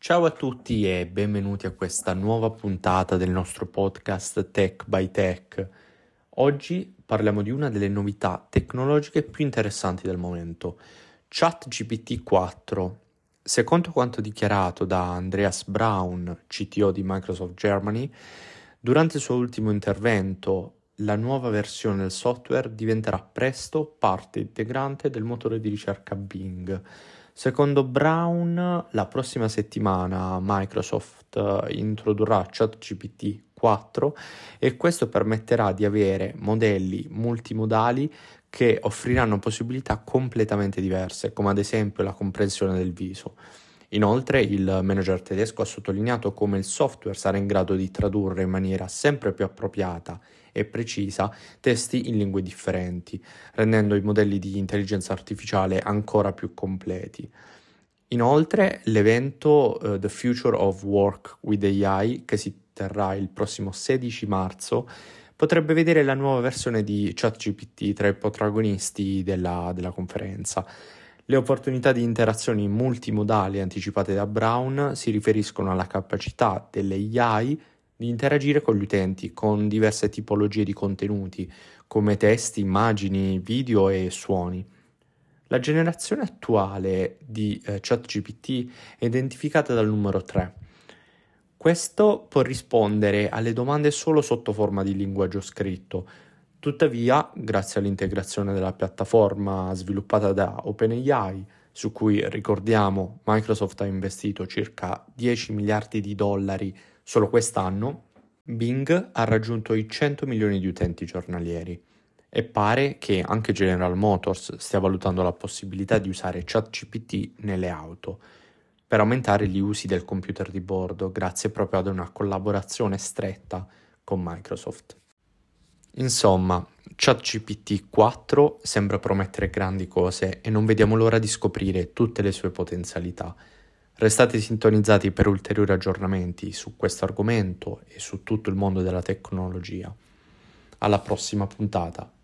Ciao a tutti e benvenuti a questa nuova puntata del nostro podcast Tech by Tech. Oggi parliamo di una delle novità tecnologiche più interessanti del momento, ChatGPT 4. Secondo quanto dichiarato da Andreas Braun, CTO di Microsoft Germany, durante il suo ultimo intervento, la nuova versione del software diventerà presto parte integrante del motore di ricerca Bing. Secondo Braun, la prossima settimana Microsoft introdurrà ChatGPT 4 e questo permetterà di avere modelli multimodali che offriranno possibilità completamente diverse, come ad esempio la comprensione del viso. Inoltre, il manager tedesco ha sottolineato come il software sarà in grado di tradurre in maniera sempre più appropriata e precisa testi in lingue differenti, rendendo i modelli di intelligenza artificiale ancora più completi. Inoltre, l'evento The Future of Work with AI, che si terrà il prossimo 16 marzo, potrebbe vedere la nuova versione di ChatGPT tra i protagonisti della conferenza. Le opportunità di interazioni multimodali anticipate da Braun si riferiscono alla capacità delle AI di interagire con gli utenti con diverse tipologie di contenuti, come testi, immagini, video e suoni. La generazione attuale di ChatGPT è identificata dal numero 3. Questo può rispondere alle domande solo sotto forma di linguaggio scritto. Tuttavia, grazie all'integrazione della piattaforma sviluppata da OpenAI, su cui ricordiamo Microsoft ha investito circa 10 miliardi di dollari solo quest'anno, Bing ha raggiunto i 100 milioni di utenti giornalieri. E pare che anche General Motors stia valutando la possibilità di usare ChatGPT nelle auto per aumentare gli usi del computer di bordo grazie proprio ad una collaborazione stretta con Microsoft. Insomma, ChatGPT 4 sembra promettere grandi cose e non vediamo l'ora di scoprire tutte le sue potenzialità. Restate sintonizzati per ulteriori aggiornamenti su questo argomento e su tutto il mondo della tecnologia. Alla prossima puntata.